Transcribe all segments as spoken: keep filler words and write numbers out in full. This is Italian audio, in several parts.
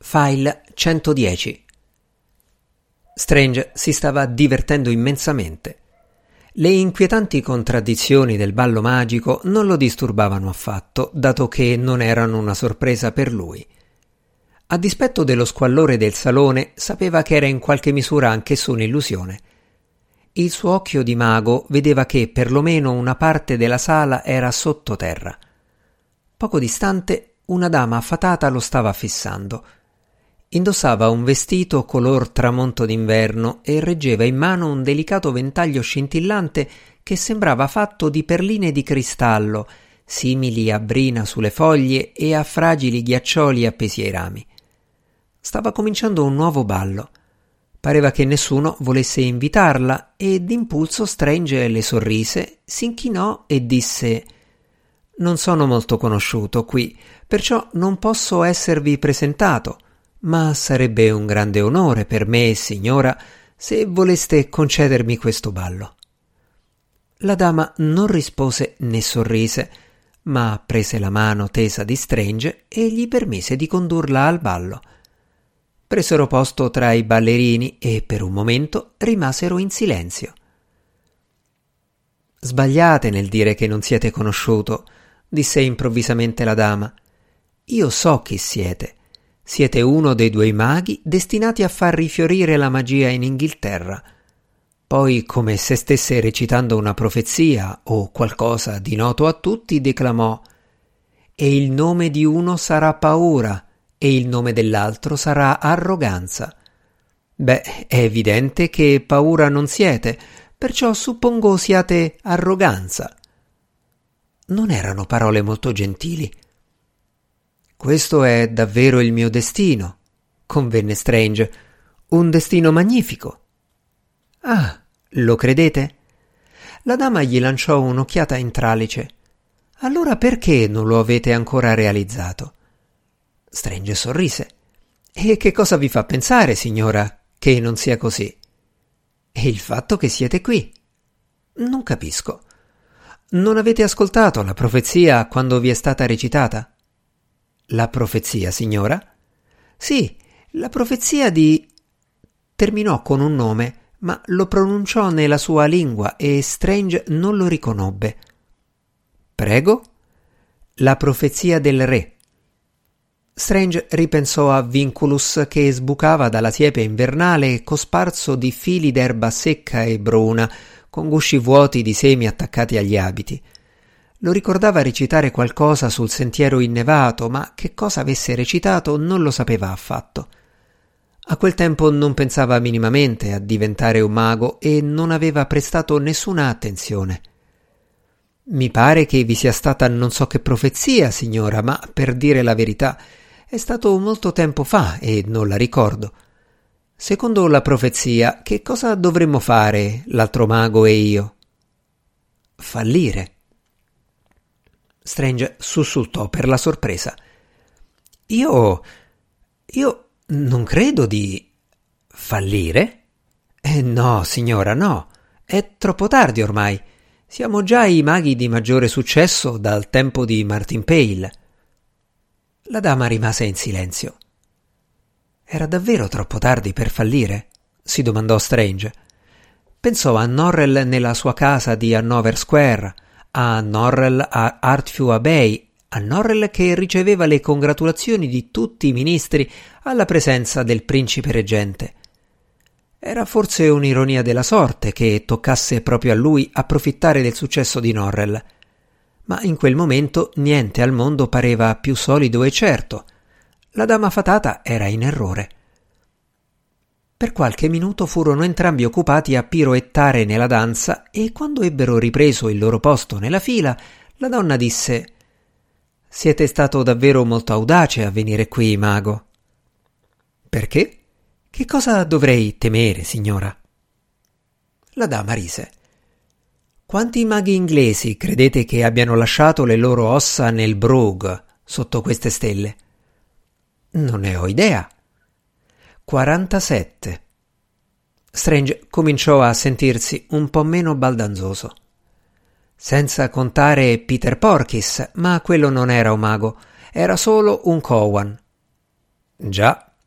File centodieci. Strange si stava divertendo immensamente. Le inquietanti contraddizioni del ballo magico non lo disturbavano affatto, dato che non erano una sorpresa per lui. A dispetto dello squallore del salone, sapeva che era in qualche misura anch'esso un'illusione. Il suo occhio di mago vedeva che perlomeno una parte della sala era sottoterra. Poco distante, una dama affatata lo stava fissando. Indossava un vestito color tramonto d'inverno e reggeva in mano un delicato ventaglio scintillante che sembrava fatto di perline di cristallo, simili a brina sulle foglie e a fragili ghiaccioli appesi ai rami. Stava cominciando un nuovo ballo. Pareva che nessuno volesse invitarla e d'impulso Strange le sorrise, s'inchinò e disse: «Non sono molto conosciuto qui, perciò non posso esservi presentato. Ma sarebbe un grande onore per me, signora, se voleste concedermi questo ballo». La dama non rispose né sorrise, ma prese la mano tesa di Strange e gli permise di condurla al ballo. Presero posto tra i ballerini e per un momento rimasero in silenzio. «Sbagliate nel dire che non siete conosciuto», disse improvvisamente la dama. «Io so chi siete. Siete uno dei due maghi destinati a far rifiorire la magia in Inghilterra». Poi, come se stesse recitando una profezia o qualcosa di noto a tutti, declamò: «E il nome di uno sarà paura e il nome dell'altro sarà arroganza». Beh, è evidente che paura non siete, perciò suppongo siate arroganza. Non erano parole molto gentili. «Questo è davvero il mio destino», convenne Strange. «Un destino magnifico». «Ah, lo credete?» La dama gli lanciò un'occhiata in tralice. «Allora perché non lo avete ancora realizzato?» Strange sorrise. «E che cosa vi fa pensare, signora, che non sia così?» «E il fatto che siete qui». «Non capisco. Non avete ascoltato la profezia quando vi è stata recitata?» «La profezia, signora?» «Sì, la profezia di...» Terminò con un nome, ma lo pronunciò nella sua lingua e Strange non lo riconobbe. «Prego?» «La profezia del re». Strange ripensò a Vinculus che sbucava dalla siepe invernale cosparso di fili d'erba secca e bruna, con gusci vuoti di semi attaccati agli abiti. Lo ricordava recitare qualcosa sul sentiero innevato, ma che cosa avesse recitato non lo sapeva affatto. A quel tempo non pensava minimamente a diventare un mago e non aveva prestato nessuna attenzione. «Mi pare che vi sia stata non so che profezia, signora, ma per dire la verità è stato molto tempo fa e non la ricordo. Secondo la profezia, che cosa dovremmo fare, l'altro mago e io?» «Fallire». Strange sussultò per la sorpresa. «Io... io non credo di... fallire?» «Eh no, signora, no. È troppo tardi ormai. Siamo già i maghi di maggiore successo dal tempo di Martingale». La dama rimase in silenzio. «Era davvero troppo tardi per fallire?» si domandò Strange. Pensò a Norrell nella sua casa di Hanover Square, a Norrell a Artful Abbey, a Norrell che riceveva le congratulazioni di tutti i ministri alla presenza del principe reggente. Era forse un'ironia della sorte che toccasse proprio a lui approfittare del successo di Norrell. Ma in quel momento niente al mondo pareva più solido e certo. La dama fatata era in errore. Per qualche minuto furono entrambi occupati a piroettare nella danza e quando ebbero ripreso il loro posto nella fila, la donna disse: «Siete stato davvero molto audace a venire qui, mago». «Perché? Che cosa dovrei temere, signora?» La dama rise. «Quanti maghi inglesi credete che abbiano lasciato le loro ossa nel Brogue, sotto queste stelle?» «Non ne ho idea». quarantasette. Strange cominciò a sentirsi un po' meno baldanzoso. Senza contare Peter Porkis, ma quello non era un mago, era solo un Cowan. Già,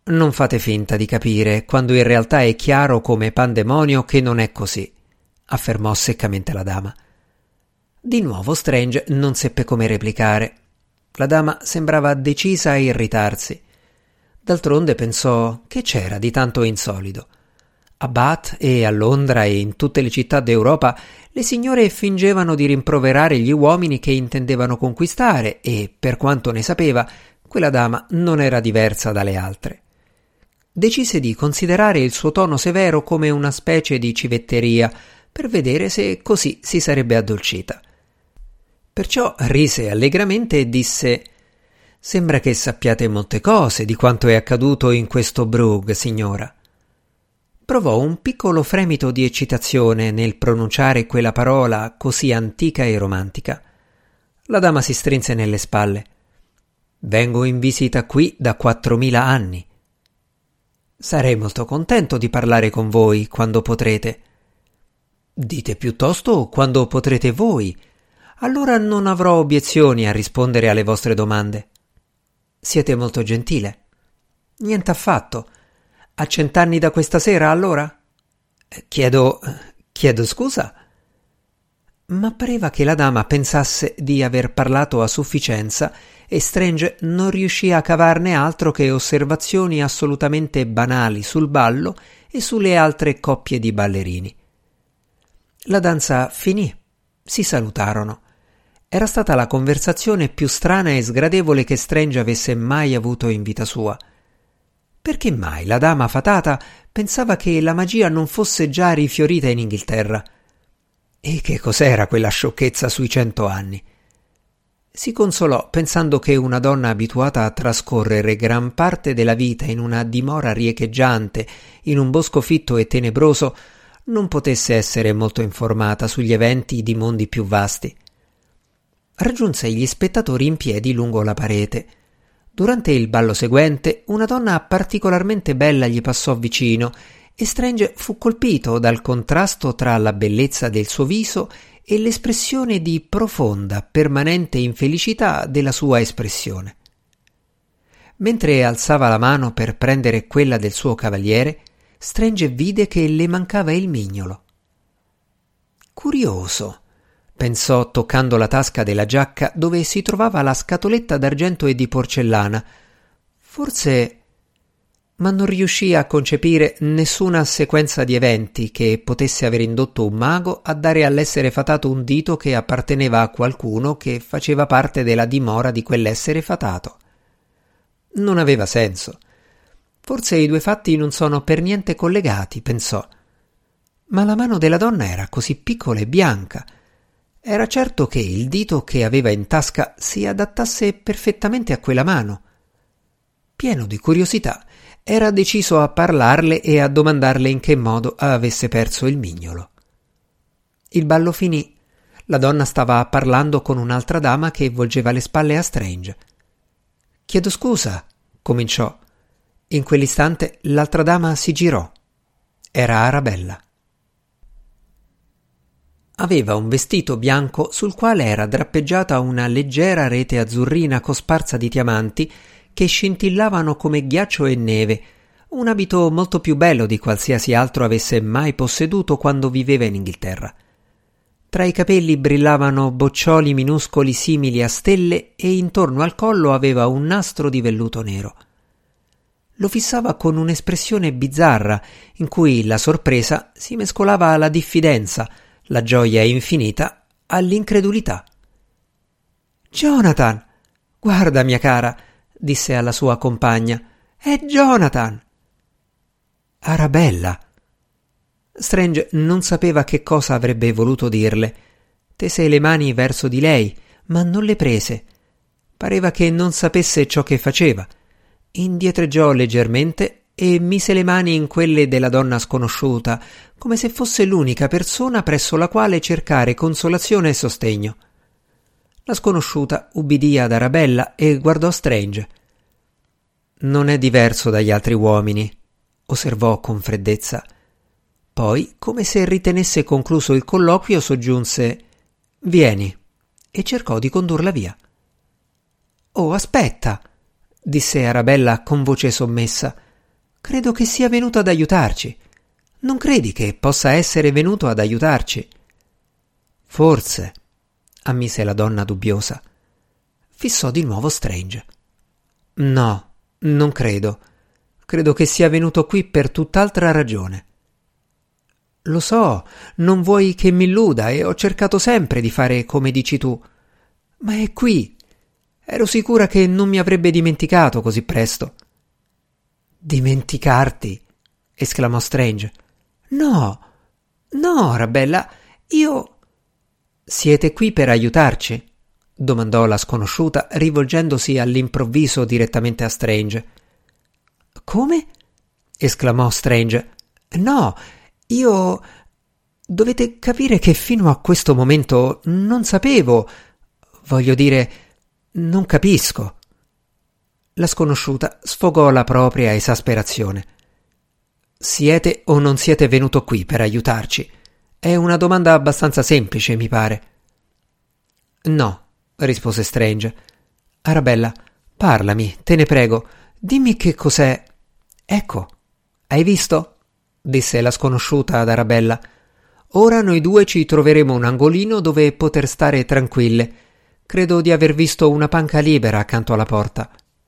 Non fate finta di capire, quando in realtà è chiaro come pandemonio che non è così, affermò seccamente la dama. Di nuovo Strange non seppe come replicare. La dama sembrava decisa a irritarsi. D'altronde pensò che c'era di tanto insolito. A Bath e a Londra e in tutte le città d'Europa le signore fingevano di rimproverare gli uomini che intendevano conquistare e, per quanto ne sapeva, quella dama non era diversa dalle altre. Decise di considerare il suo tono severo come una specie di civetteria per vedere se così si sarebbe addolcita. Perciò rise allegramente e disse: «Sembra che sappiate molte cose di quanto è accaduto in questo Brugge, signora». Provò un piccolo fremito di eccitazione nel pronunciare quella parola così antica e romantica. La dama si strinse nelle spalle. «Vengo in visita qui da quattromila anni. Sarei molto contento di parlare con voi quando potrete». «Dite piuttosto quando potrete voi. Allora non avrò obiezioni a rispondere alle vostre domande». «Siete molto gentile». «Niente affatto. A cent'anni da questa sera, allora?» «Chiedo... chiedo scusa?» Ma pareva che la dama pensasse di aver parlato a sufficienza e Strange non riuscì a cavarne altro che osservazioni assolutamente banali sul ballo e sulle altre coppie di ballerini. La danza finì. Si salutarono. Era stata la conversazione più strana e sgradevole che Strange avesse mai avuto in vita sua. Perché mai la dama fatata pensava che la magia non fosse già rifiorita in Inghilterra? E che cos'era quella sciocchezza sui cento anni? Si consolò pensando che una donna abituata a trascorrere gran parte della vita in una dimora riecheggiante, in un bosco fitto e tenebroso, non potesse essere molto informata sugli eventi di mondi più vasti. Raggiunse gli spettatori in piedi lungo la parete. Durante il ballo seguente, una donna particolarmente bella gli passò vicino e Strange fu colpito dal contrasto tra la bellezza del suo viso e l'espressione di profonda, permanente infelicità della sua espressione. Mentre alzava la mano per prendere quella del suo cavaliere, Strange vide che le mancava il mignolo. Curioso, pensò toccando la tasca della giacca dove si trovava la scatoletta d'argento e di porcellana. Forse... ma non riuscì a concepire nessuna sequenza di eventi che potesse aver indotto un mago a dare all'essere fatato un dito che apparteneva a qualcuno che faceva parte della dimora di quell'essere fatato. Non aveva senso. Forse i due fatti non sono per niente collegati, pensò. Ma la mano della donna era così piccola e bianca. Era certo che il dito che aveva in tasca si adattasse perfettamente a quella mano. Pieno di curiosità, era deciso a parlarle e a domandarle in che modo avesse perso il mignolo. Il ballo finì. La donna stava parlando con un'altra dama che volgeva le spalle a Strange. «Chiedo scusa», cominciò. In quell'istante l'altra dama si girò. Era Arabella. Aveva un vestito bianco sul quale era drappeggiata una leggera rete azzurrina cosparsa di diamanti che scintillavano come ghiaccio e neve, un abito molto più bello di qualsiasi altro avesse mai posseduto quando viveva in Inghilterra. Tra i capelli brillavano boccioli minuscoli simili a stelle e intorno al collo aveva un nastro di velluto nero. Lo fissava con un'espressione bizzarra in cui la sorpresa si mescolava alla diffidenza, la gioia infinita all'incredulità. «Jonathan! Guarda, mia cara!» disse alla sua compagna. «È Jonathan!» «Arabella!» Strange non sapeva che cosa avrebbe voluto dirle. Tese le mani verso di lei, ma non le prese. Pareva che non sapesse ciò che faceva. Indietreggiò leggermente e mise le mani in quelle della donna sconosciuta, come se fosse l'unica persona presso la quale cercare consolazione e sostegno. La sconosciuta ubbidì ad Arabella e guardò Strange. «Non è diverso dagli altri uomini», osservò con freddezza. Poi, come se ritenesse concluso il colloquio, soggiunse «Vieni», e cercò di condurla via. «Oh, aspetta», disse Arabella con voce sommessa. Credo che sia venuto ad aiutarci. Non credi che possa essere venuto ad aiutarci?» «Forse», ammise la donna dubbiosa. Fissò di nuovo Strange. «No, non credo. Credo che sia venuto qui per tutt'altra ragione». «Lo so, non vuoi che mi illuda e ho cercato sempre di fare come dici tu. Ma è qui. Ero sicura che non mi avrebbe dimenticato così presto». «Dimenticarti?» esclamò Strange. «No, no, Arabella, io...» «Siete qui per aiutarci?» domandò la sconosciuta, rivolgendosi all'improvviso direttamente a Strange. «Come?» esclamò Strange. «No, io... Dovete capire che fino a questo momento non sapevo... Voglio dire, non capisco». La sconosciuta sfogò la propria esasperazione. «Siete o non siete venuto qui per aiutarci? È una domanda abbastanza semplice, mi pare». «No», rispose Strange. «Arabella, parlami, te ne prego. Dimmi che cos'è...» «Ecco, hai visto?» disse la sconosciuta ad Arabella. «Ora noi due ci troveremo un angolino dove poter stare tranquille. Credo di aver visto una panca libera accanto alla porta».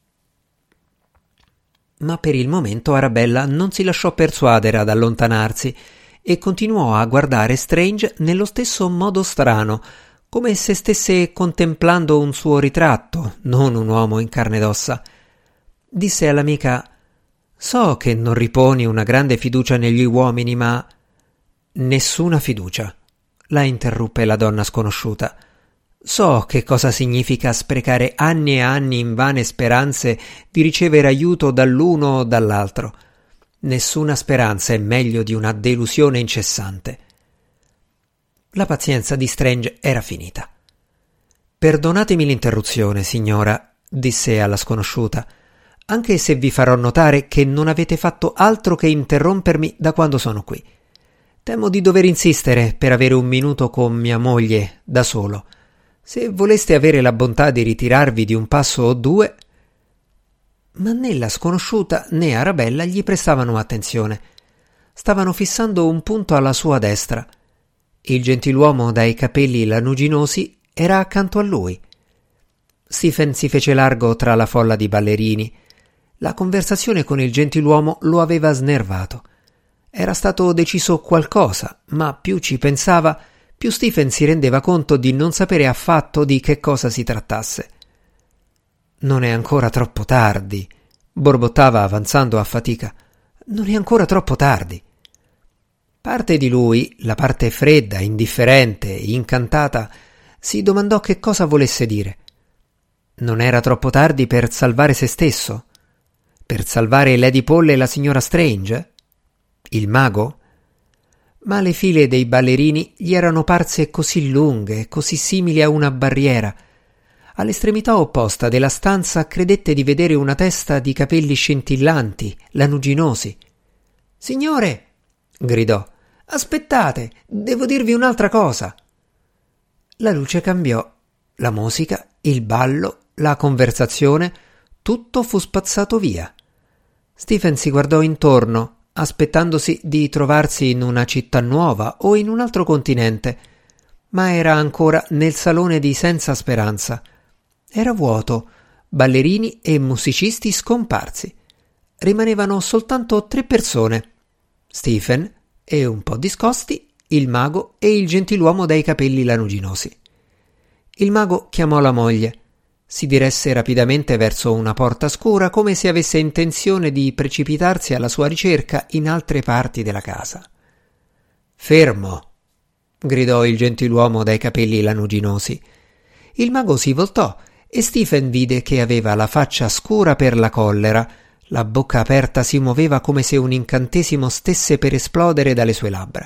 Ma per il momento Arabella non si lasciò persuadere ad allontanarsi e continuò a guardare Strange nello stesso modo strano, come se stesse contemplando un suo ritratto, non un uomo in carne ed ossa. Disse all'amica: «So che non riponi una grande fiducia negli uomini, ma...» «Nessuna fiducia», la interruppe la donna sconosciuta. «So che cosa significa sprecare anni e anni in vane speranze di ricevere aiuto dall'uno o dall'altro. Nessuna speranza è meglio di una delusione incessante». La pazienza di Strange era finita. «Perdonatemi l'interruzione, signora», disse alla sconosciuta, «anche se vi farò notare che non avete fatto altro che interrompermi da quando sono qui. Temo di dover insistere per avere un minuto con mia moglie da solo. Se voleste avere la bontà di ritirarvi di un passo o due...» Ma né la sconosciuta né Arabella gli prestavano attenzione. Stavano fissando un punto alla sua destra. Il gentiluomo dai capelli lanuginosi era accanto a lui. Stephen si fece largo tra la folla di ballerini. La conversazione con il gentiluomo lo aveva snervato. Era stato deciso qualcosa, ma più ci pensava, più Stephen si rendeva conto di non sapere affatto di che cosa si trattasse. «Non è ancora troppo tardi», borbottava avanzando a fatica. «Non è ancora troppo tardi». Parte di lui, la parte fredda, indifferente, incantata, si domandò che cosa volesse dire. Non era troppo tardi per salvare se stesso? Per salvare Lady Paul e la signora Strange? Il mago? Ma le file dei ballerini gli erano parse così lunghe, così simili a una barriera. All'estremità opposta della stanza credette di vedere una testa di capelli scintillanti, lanuginosi. «Signore!» gridò. «Aspettate, devo dirvi un'altra cosa». La luce cambiò, la musica, il ballo, la conversazione, tutto fu spazzato via. Stephen si guardò intorno, aspettandosi di trovarsi in una città nuova o in un altro continente, ma era ancora nel salone di Senza Speranza. Era vuoto, ballerini e musicisti scomparsi. Rimanevano soltanto tre persone: Stephen e, un po' discosti, il mago e il gentiluomo dai capelli lanuginosi. Il mago chiamò la moglie. Si diresse rapidamente verso una porta scura, come se avesse intenzione di precipitarsi alla sua ricerca in altre parti della casa. «Fermo!» gridò il gentiluomo dai capelli lanuginosi. Il mago si voltò e Stephen vide che aveva la faccia scura per la collera. La bocca aperta si muoveva come se un incantesimo stesse per esplodere dalle sue labbra.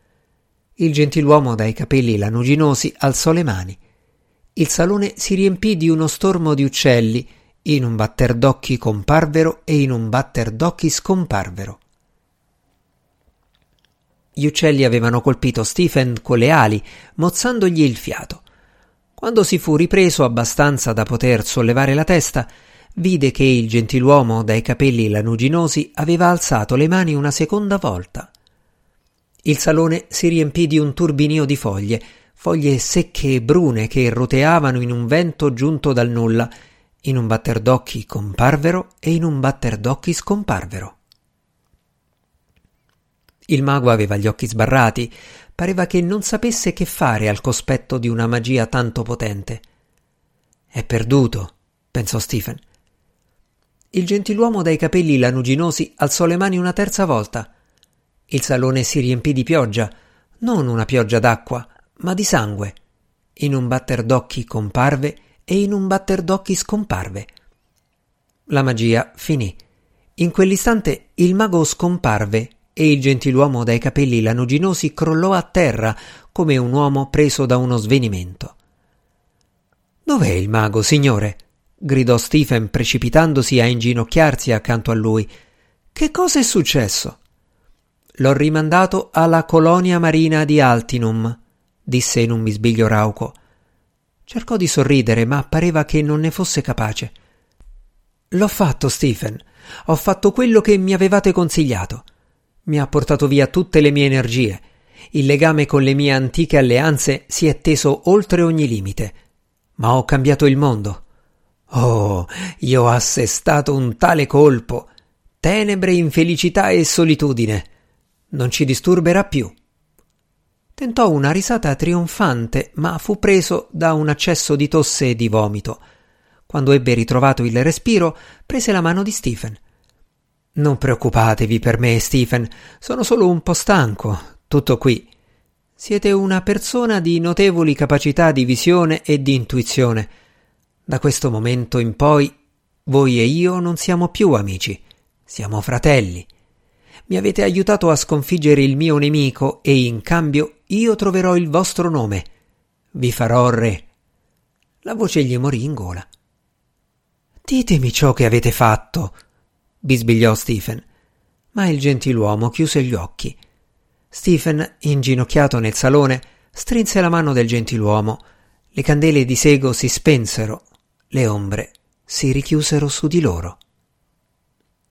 Il gentiluomo dai capelli lanuginosi alzò le mani. Il salone si riempì di uno stormo di uccelli. In un batter d'occhi comparvero e in un batter d'occhi scomparvero. Gli uccelli avevano colpito Stephen con le ali, mozzandogli il fiato. Quando si fu ripreso abbastanza da poter sollevare la testa, vide che il gentiluomo dai capelli lanuginosi aveva alzato le mani una seconda volta. Il salone si riempì di un turbinio di foglie, foglie secche e brune che roteavano in un vento giunto dal nulla. In un batter d'occhi comparvero e in un batter d'occhi scomparvero. Il mago aveva gli occhi sbarrati, pareva che non sapesse che fare al cospetto di una magia tanto potente. È perduto, pensò Stephen. Il gentiluomo dai capelli lanuginosi alzò le mani una terza volta. Il salone si riempì di pioggia, non una pioggia d'acqua, ma di sangue. In un batter d'occhi comparve e in un batter d'occhi scomparve. La magia finì. In quell'istante il mago scomparve e il gentiluomo dai capelli lanuginosi crollò a terra come un uomo preso da uno svenimento. «Dov'è il mago, signore?» gridò Stephen, precipitandosi a inginocchiarsi accanto a lui. «Che cosa è successo?» «L'ho rimandato alla colonia marina di Altinum», disse in un bisbiglio rauco. Cercò di sorridere, ma pareva che non ne fosse capace. «L'ho fatto, Stephen. Ho fatto quello che mi avevate consigliato. Mi ha portato via tutte le mie energie. Il legame con le mie antiche alleanze si è teso oltre ogni limite. Ma ho cambiato il mondo. Oh, io ho assestato un tale colpo. Tenebre, infelicità e solitudine. Non ci disturberà più». Tentò una risata trionfante, ma fu preso da un accesso di tosse e di vomito. Quando ebbe ritrovato il respiro, prese la mano di Stephen. «Non preoccupatevi per me, Stephen. Sono solo un po' stanco. Tutto qui. Siete una persona di notevoli capacità di visione e di intuizione. Da questo momento in poi, voi e io non siamo più amici. Siamo fratelli. Mi avete aiutato a sconfiggere il mio nemico e in cambio io troverò il vostro nome. Vi farò re». La voce gli morì in gola. «Ditemi ciò che avete fatto», bisbigliò Stephen, ma il gentiluomo chiuse gli occhi. Stephen, inginocchiato nel salone, strinse la mano del gentiluomo. Le candele di sego si spensero, le ombre si richiusero su di loro.